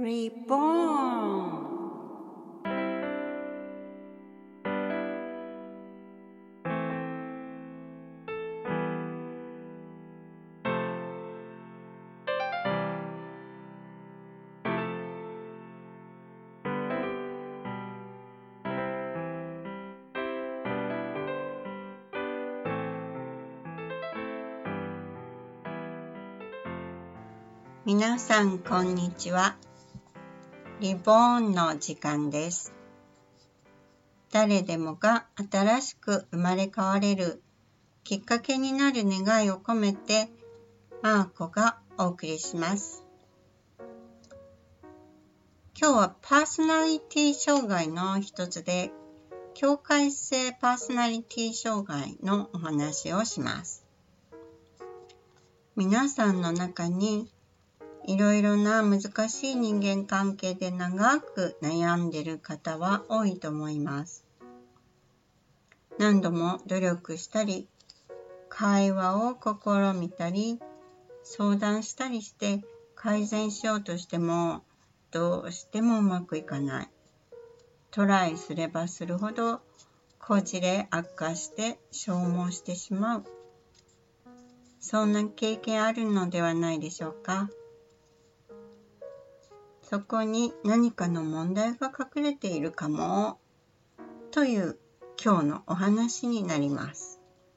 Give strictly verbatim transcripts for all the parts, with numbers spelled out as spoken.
Reborn。皆さんこんにちは。リボーンの時間です。誰でもが新しく生まれ変われるきっかけになる願いを込めて、マーコがお送りします。今日はパーソナリティ障害の一つで、境界性パーソナリティ障害のお話をします。皆さんの中にいろいろな難しい人間関係で長く悩んでいる方は多いと思います。何度も努力したり、会話を試みたり、相談したりして改善しようとしても、どうしてもうまくいかない。トライすればするほど、こじれ悪化して消耗してしまう。そんな経験あるのではないでしょうか。そこに何かの問題が隠れているかもという今日のお話になります。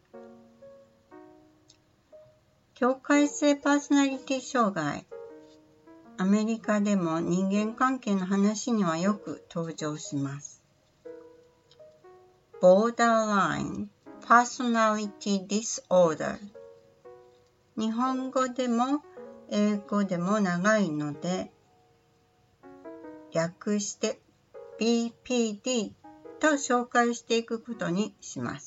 境界性パーソナリティ障害。アメリカでも人間関係の話にはよく登場します。Borderline Personality Disorder。日本語でも英語でも長いので、略して ビーピーディー と紹介していくことにします。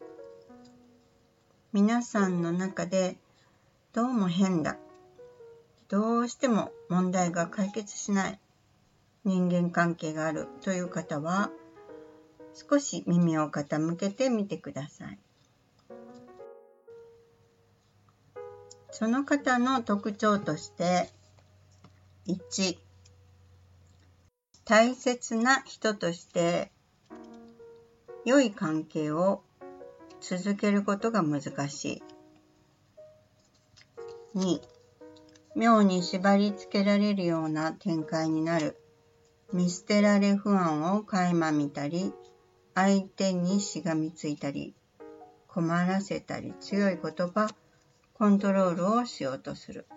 皆さんの中でどうも変だ、どうしても問題が解決しない人間関係があるという方は、少し耳を傾けてみてください。その方の特徴として、いち、大切な人として良い関係を続けることが難しい。に、妙に縛り付けられるような展開になる。見捨てられ不安を垣間見たり、相手にしがみついたり、困らせたり、強い言葉、コントロールをしようとする。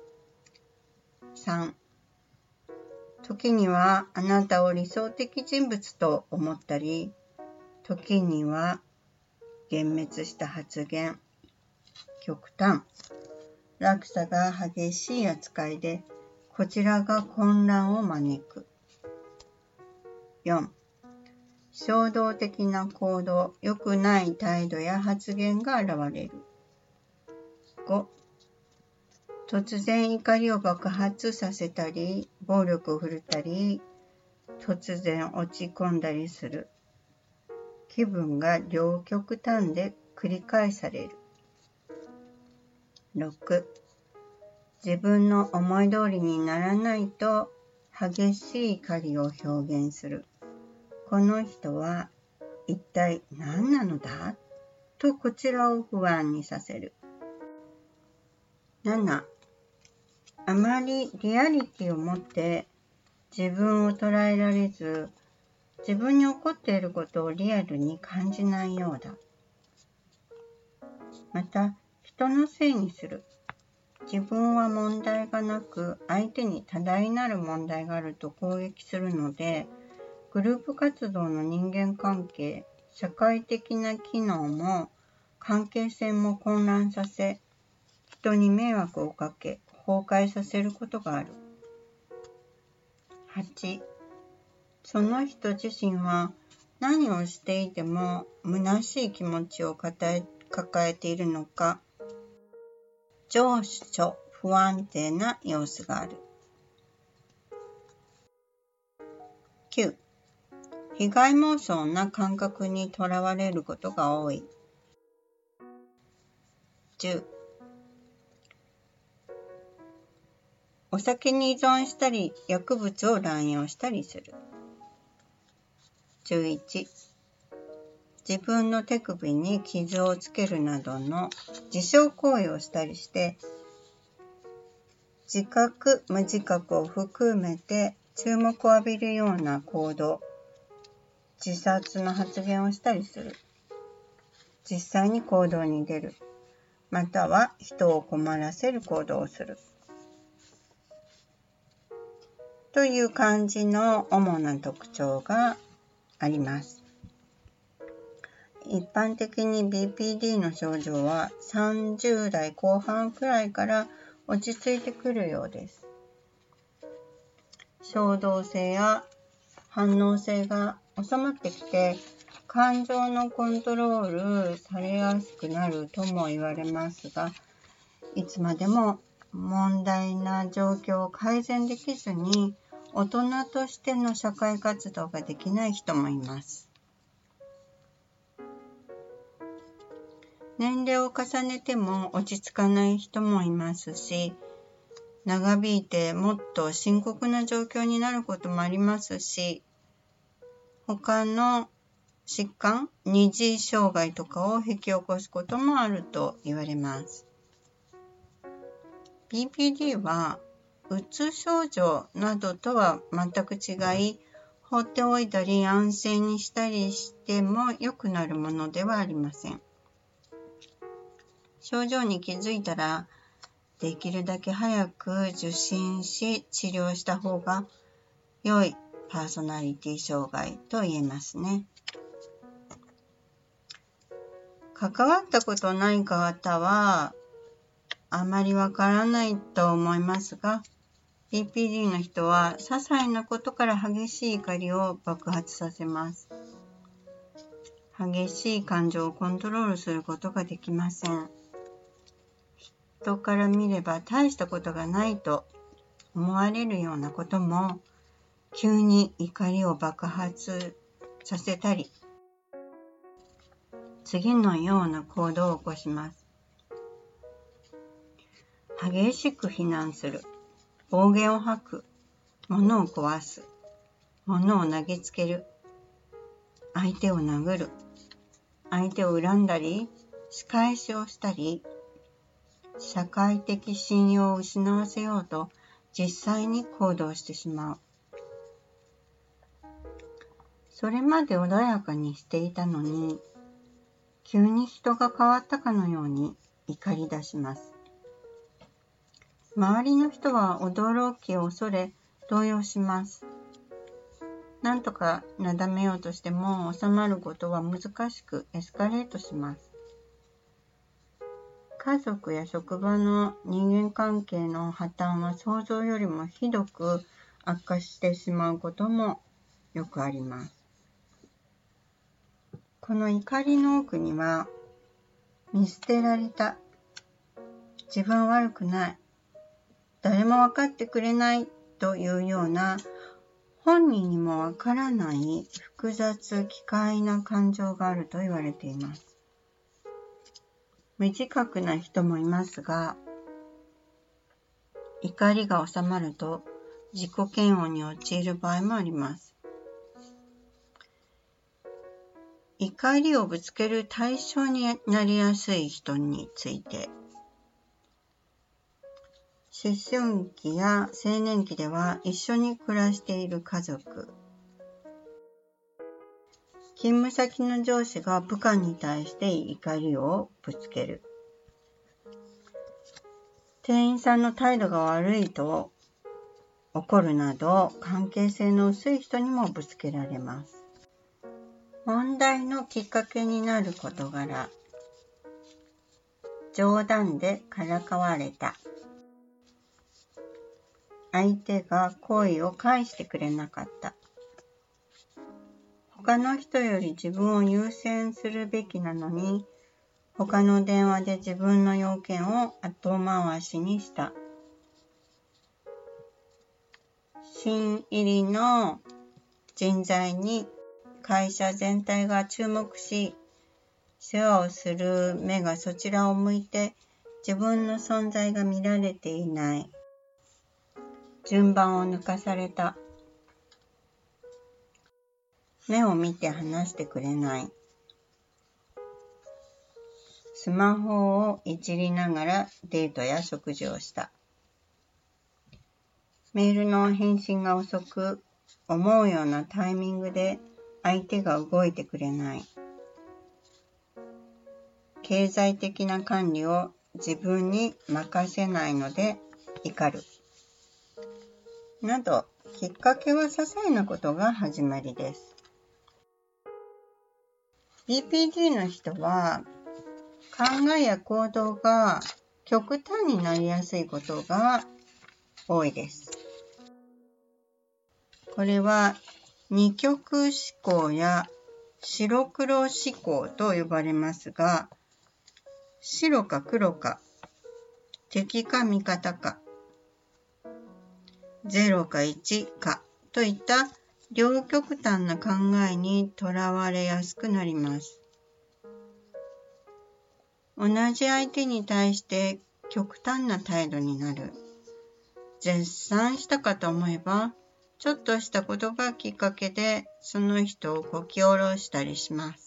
さん、時にはあなたを理想的人物と思ったり、時には幻滅した発言、極端、落差が激しい扱いで、こちらが混乱を招く。よん、衝動的な行動、良くない態度や発言が現れる。ご、突然怒りを爆発させたり、暴力を振るったり、突然落ち込んだりする。気分が両極端で繰り返される。ろく、自分の思い通りにならないと激しい怒りを表現する。この人は一体何なのだとこちらを不安にさせる。なな、あまりリアリティを持って自分を捉えられず、自分に起こっていることをリアルに感じないようだ。また、人のせいにする。自分は問題がなく、相手に多大なる問題があると攻撃するので、グループ活動の人間関係、社会的な機能も関係性も混乱させ、人に迷惑をかけ、崩壊させることがある。はち、その人自身は何をしていても虚しい気持ちを抱え、抱えているのか、情緒不安定な様子がある。きゅう、被害妄想な感覚にとらわれることが多い。じゅう、 お酒に依存したり、薬物を乱用したりする。じゅういち、自分の手首に傷をつけるなどの自傷行為をしたりして、自覚、無自覚を含めて注目を浴びるような行動、自殺の発言をしたりする。実際に行動に出る。または人を困らせる行動をする。という感じの主な特徴があります。一般的に ビーピーディー の症状はさんじゅうだいこう半くらいから落ち着いてくるようです。衝動性や反応性が収まってきて、感情のコントロールされやすくなるとも言われますが、いつまでも問題な状況を改善できずに、大人としての社会活動ができない人もいます。年齢を重ねても落ち着かない人もいますし、長引いてもっと深刻な状況になることもありますし、他の疾患、二次障害とかを引き起こすこともあると言われます。ビーピーディー はうつ症状などとは全く違い、放っておいたり安静にしたりしても良くなるものではありません。症状に気づいたら、できるだけ早く受診し治療した方が良いパーソナリティ障害と言えますね。関わったことない方はあまりわからないと思いますが、ビーピーディー の人は些細なことから激しい怒りを爆発させます。激しい感情をコントロールすることができません。人から見れば大したことがないと思われるようなことも、急に怒りを爆発させたり、次のような行動を起こします。激しく非難する、暴言を吐く、物を壊す、物を投げつける、相手を殴る、相手を恨んだり、仕返しをしたり、社会的信用を失わせようと実際に行動してしまう。それまで穏やかにしていたのに、急に人が変わったかのように怒り出します。周りの人は驚きを恐れ動揺します。なんとかなだめようとしても収まることは難しくエスカレートします。家族や職場の人間関係の破綻は想像よりもひどく悪化してしまうこともよくあります。この怒りの奥には、見捨てられた、自分は悪くない、誰も分かってくれないというような本人にもわからない複雑奇怪な感情があると言われています。無自覚な人もいますが、怒りが収まると自己嫌悪に陥る場合もあります。怒りをぶつける対象になりやすい人について、思春期や青年期では一緒に暮らしている家族、勤務先の上司が部下に対して怒りをぶつける。店員さんの態度が悪いと怒るなど、関係性の薄い人にもぶつけられます。問題のきっかけになる事柄、冗談でからかわれた。相手が好意を返してくれなかった。他の人より自分を優先するべきなのに、他の電話で自分の要件を後回しにした。新入りの人材に会社全体が注目し、世話をする目がそちらを向いて自分の存在が見られていない。 順番を抜かされた。目を見て話してくれない。スマホをいじりながらデートや食事をした。メールの返信が遅く、思うようなタイミングで相手が動いてくれない。経済的な管理を自分に任せないので怒る。など、きっかけは些細なことが始まりです。ビーピーディー の人は考えや行動が極端になりやすいことが多いです。これは二極思考や白黒思考と呼ばれますが、白か黒か、敵か味方か、ゼロかいちかといった両極端な考えにとらわれやすくなります。同じ相手に対して極端な態度になる。絶賛したかと思えば、ちょっとしたことがきっかけでその人をこき下ろしたりします。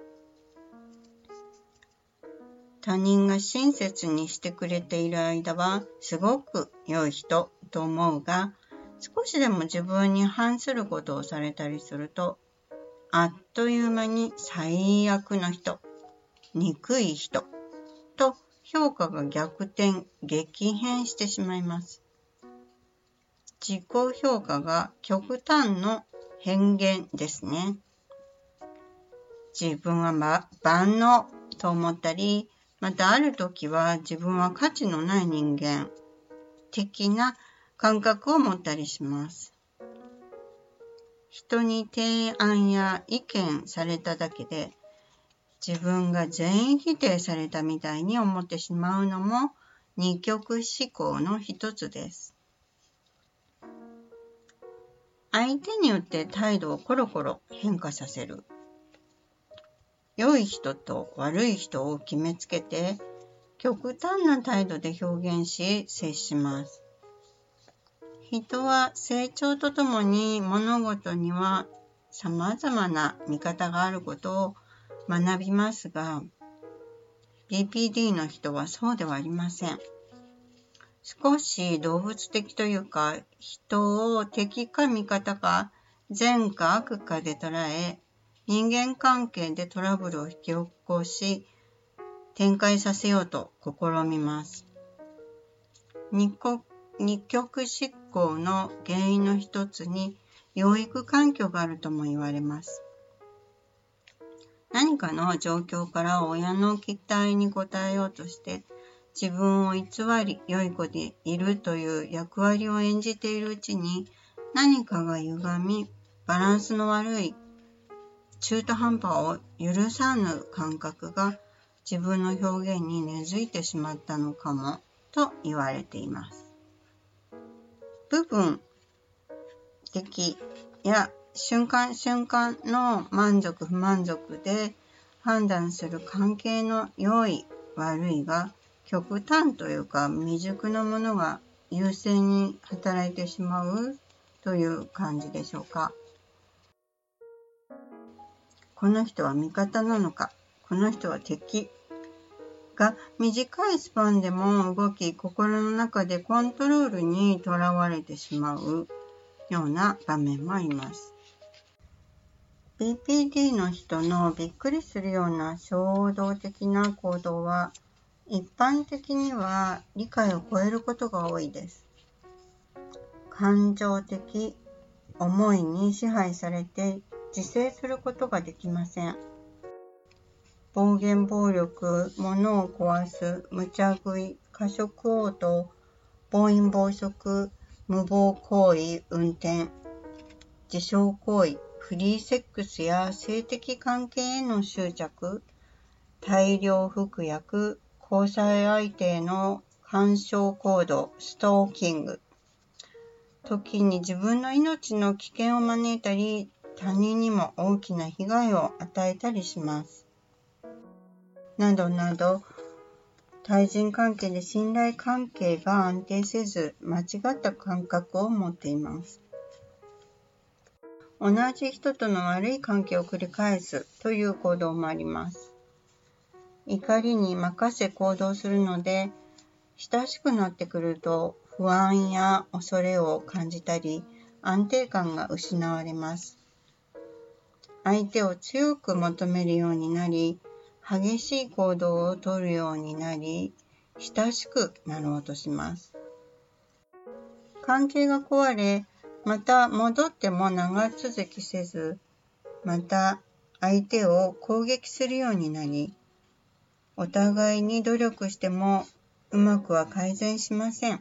他人が親切にしてくれている間はすごく良い人と思うが、少しでも自分に反することをされたりすると、あっという間に最悪の人、憎い人と評価が逆転、激変してしまいます。自己評価が極端の変幻ですね。自分は、ま、万能と思ったり、またある時は自分は価値のない人間的な感覚を持ったりします。人に提案や意見されただけで自分が全員否定されたみたいに思ってしまうのも二極思考の一つです。相手によって態度をコロコロ変化させる。良い人と悪い人を決めつけて極端な態度で表現し接します。人は成長とともに物事には様々な見方があることを学びますが、ビーピーディー の人はそうではありません。少し動物的というか、人を敵か味方か善か悪かで捉え、人間関係でトラブルを引き起こし、展開させようと試みます。二極思考の原因の一つに、養育環境があるとも言われます。何かの状況から親の期待に応えようとして、自分を偽り良い子でいるという役割を演じているうちに、何かが歪み、バランスの悪い中途半端を許さぬ感覚が自分の表現に根付いてしまったのかもと言われています。部分的や瞬間瞬間の満足不満足で判断する関係の良い悪いが極端というか未熟なものが優勢に働いてしまうという感じでしょうか。この人は味方なのか、この人は敵が短いスパンでも動き、心の中でコントロールにとらわれてしまうような場面もあります。ビーピーディー の人のびっくりするような衝動的な行動は、一般的には理解を超えることが多いです。感情的思いに支配されて自制することができません。暴言暴力、物を壊す、無茶食い、過食嘔吐、暴飲暴食、無謀行為、運転、自傷行為、フリーセックスや性的関係への執着、大量服薬、交際相手への干渉行動、ストーキング、時に自分の命の危険を招いたり、他人にも大きな被害を与えたりします。などなど、 対人関係で信頼関係が安定せず、間違った感覚を持っています。同じ人との悪い関係を繰り返すという行動もあります。怒りに任せ行動するので、親しくなってくると不安や恐れを感じたり、安定感が失われます。相手を強く求めるようになり、激しい行動をとるようになり、親しくなろうとします。関係が壊れ、また戻っても長続きせず、また相手を攻撃するようになり、お互いに努力してもうまくは改善しません。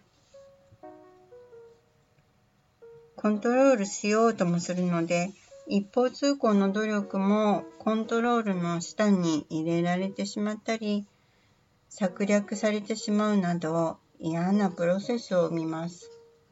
コントロールしようともするので、一方通行の努力もコントロールの下に入れられてしまったり、策略されてしまうなど嫌なプロセスを生みます。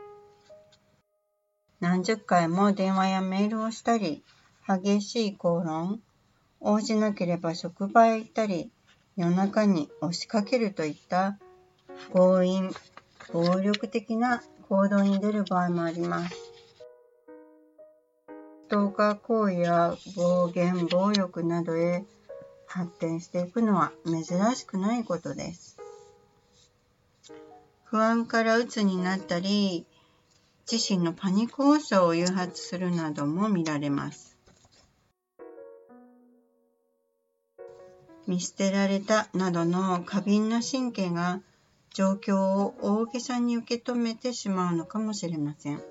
何十回も電話やメールをしたり、激しい口論、応じなければ職場へ行ったり、夜中に押しかけるといった強引、暴力的な行動に出る場合もあります。ストーカー行為や暴言、暴力などへ発展していくのは珍しくないことです。不安から鬱になったり、自身のパニック発作を誘発するなども見られます。見捨てられたなどの過敏な神経が状況を大げさに受け止めてしまうのかもしれません。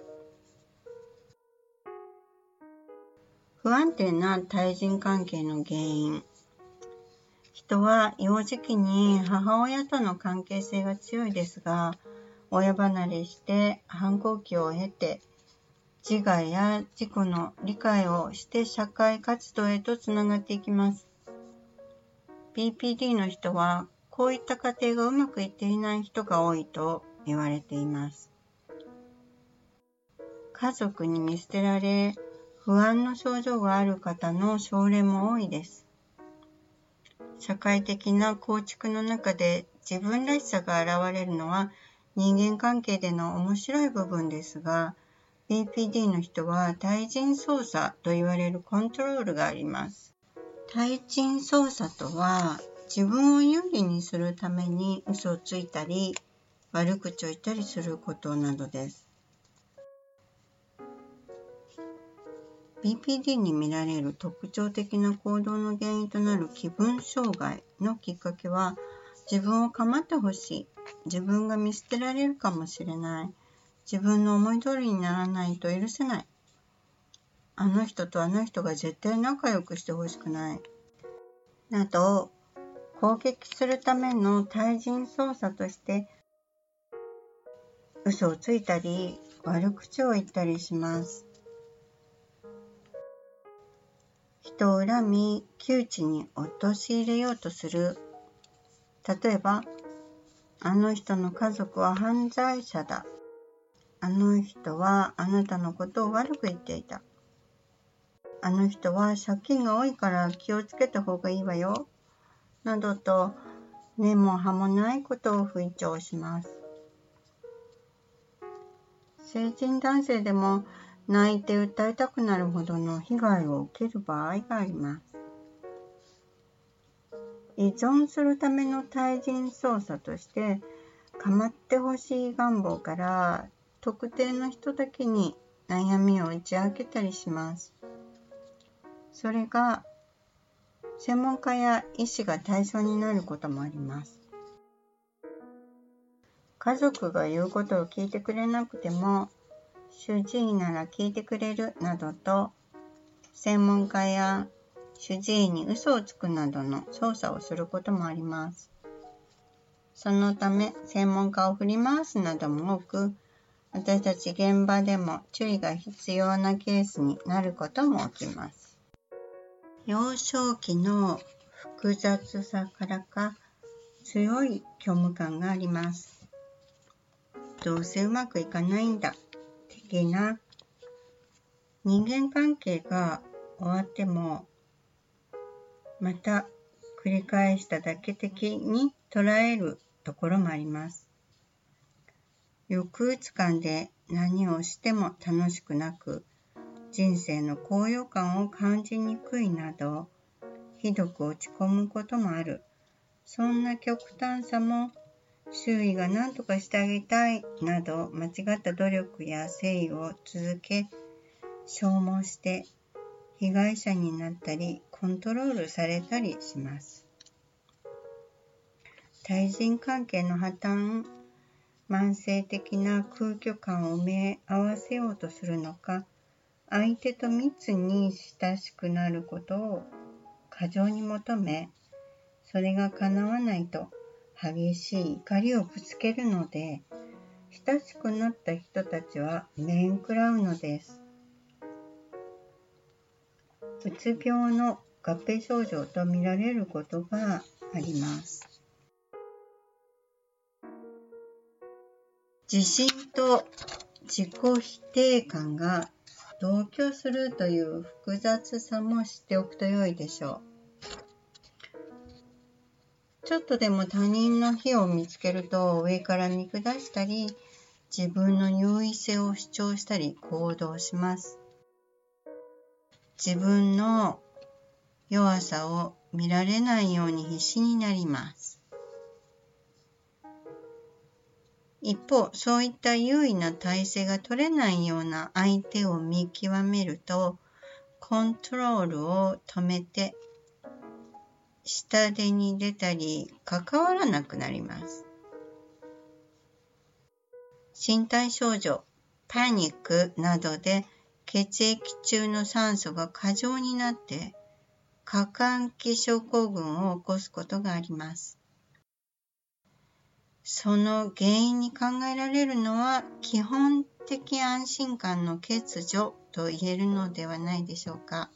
不安定な対人関係の原因。人は幼児期に母親との関係性が強いですが、親離れして反抗期を経て、自我や自己の理解をして社会活動へとつながっていきます。ビーピーディー の人は、こういった過程がうまくいっていない人が多いと言われています。家族に見捨てられ、不安の症状がある方の症例も多いです。社会的な構築の中で自分らしさが現れるのは人間関係での面白い部分ですが、ビーピーディー の人は対人操作と言われるコントロールがあります。対人操作とは、自分を有利にするために嘘をついたり、悪口を言ったりすることなどです。ビーピーディー に見られる特徴的な行動の原因となる気分障害のきっかけは、自分を構ってほしい、自分が見捨てられるかもしれない、自分の思い通りにならないと許せない、あの人とあの人が絶対仲良くしてほしくない、など、攻撃するための対人操作として、嘘をついたり、悪口を言ったりします。人を恨み、窮地に陥れようとする。例えば、あの人の家族は犯罪者だ。あの人はあなたのことを悪く言っていた。あの人は借金が多いから気をつけた方がいいわよ。などと、根も葉もないことを吹聴します。成人男性でも泣いて訴えたくなるほどの被害を受ける場合があります。依存するための対人操作として、構ってほしい願望から特定の人だけに悩みを打ち明けたりします。それが専門家や医師が対象になることもあります。家族が言うことを聞いてくれなくても、主治医なら聞いてくれるなどと、専門家や主治医に嘘をつくなどの操作をすることもあります。そのため、専門家を振り回すなども多く、私たち現場でも注意が必要なケースになることも起きます。幼少期の複雑さからか、強い虚無感があります。どうせうまくいかないんだ、的な。人間関係が終わっても、また繰り返しただけ的に捉えるところもあります。抑うつ感で何をしても楽しくなく、人生の高揚感を感じにくいなど、ひどく落ち込むこともある。そんな極端さも、周囲が何とかしてあげたいなど、間違った努力や誠意を続け、消耗して被害者になったり、コントロールされたりします。対人関係の破綻、慢性的な空虚感を埋め合わせようとするのか、相手と密に親しくなることを過剰に求め、それが叶わないと激しい怒りをぶつけるので、親しくなった人たちは面食らうのです。うつ病の合併症状と見られることがあります。自信と自己否定感が同居するという複雑さも知っておくと良いでしょう。ちょっとでも他人の非を見つけると上から見下したり、自分の優位性を主張したり行動します。自分の弱さを見られないように必死になります。一方、そういった優位な体制が取れないような相手を見極めると、コントロールを止めて、下手に出たり、関わらなくなります。身体症状、パニックなどで血液中の酸素が過剰になって、過換気症候群を起こすことがあります。その原因に考えられるのは基本的安心感の欠如と言えるのではないでしょうか。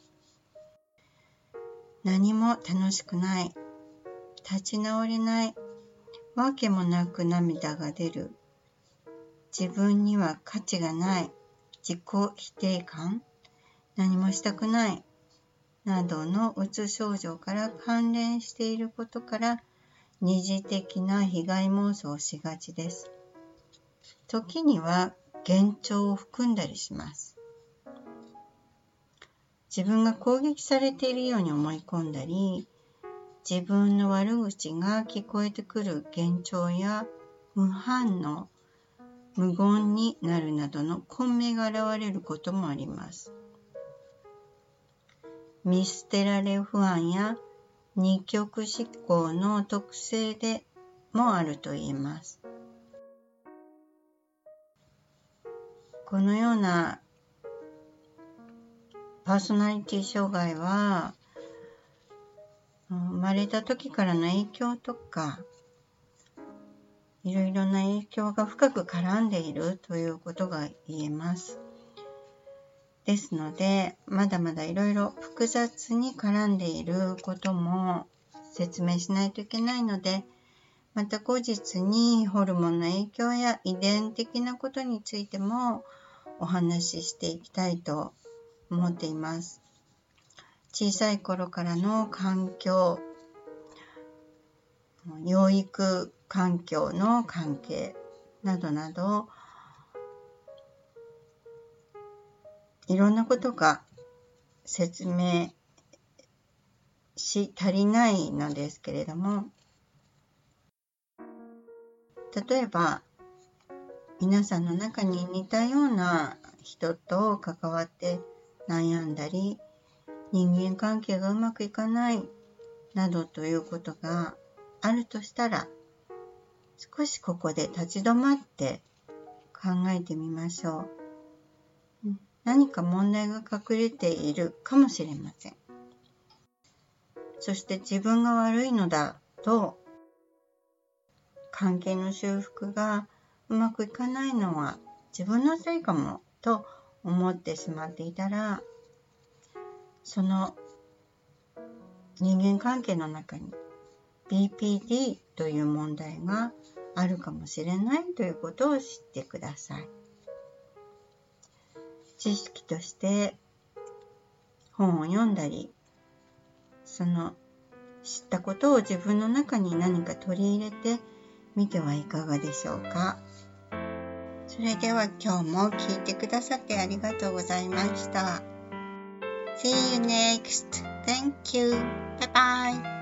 何も楽しくない、立ち直れない、わけもなく涙が出る、自分には価値がない、自己否定感、何もしたくない、などのうつ症状から関連していることから、二次的な被害妄想をしがちです。時には幻聴を含んだりします。自分が攻撃されているように思い込んだり、自分の悪口が聞こえてくる幻聴や無反応、無言になるなどの混迷が現れることもあります。見捨てられ不安や二極思考の特性でもあると言えます。このようなパーソナリティ障害は、生まれた時からの影響とか、いろいろな影響が深く絡んでいるということが言えます。ですので、まだまだいろいろ複雑に絡んでいることも説明しないといけないので、また後日にホルモンの影響や遺伝的なことについてもお話ししていきたいと思っています。小さい頃からの環境、養育環境の関係などなど、いろんなことが説明し足りないのですけれども、例えば皆さんの中に似たような人と関わって悩んだり、人間関係がうまくいかないなどということがあるとしたら、少しここで立ち止まって考えてみましょう。何か問題が隠れているかもしれません。そして自分が悪いのだと、関係の修復がうまくいかないのは自分のせいかもと思ってしまっていたら、その人間関係の中に ビーピーディー という問題があるかもしれないということを知ってください。知識として本を読んだり、その知ったことを自分の中に何か取り入れてみてはいかがでしょうか。それでは今日も聞いてくださってありがとうございました。See you next. Thank you. Bye bye.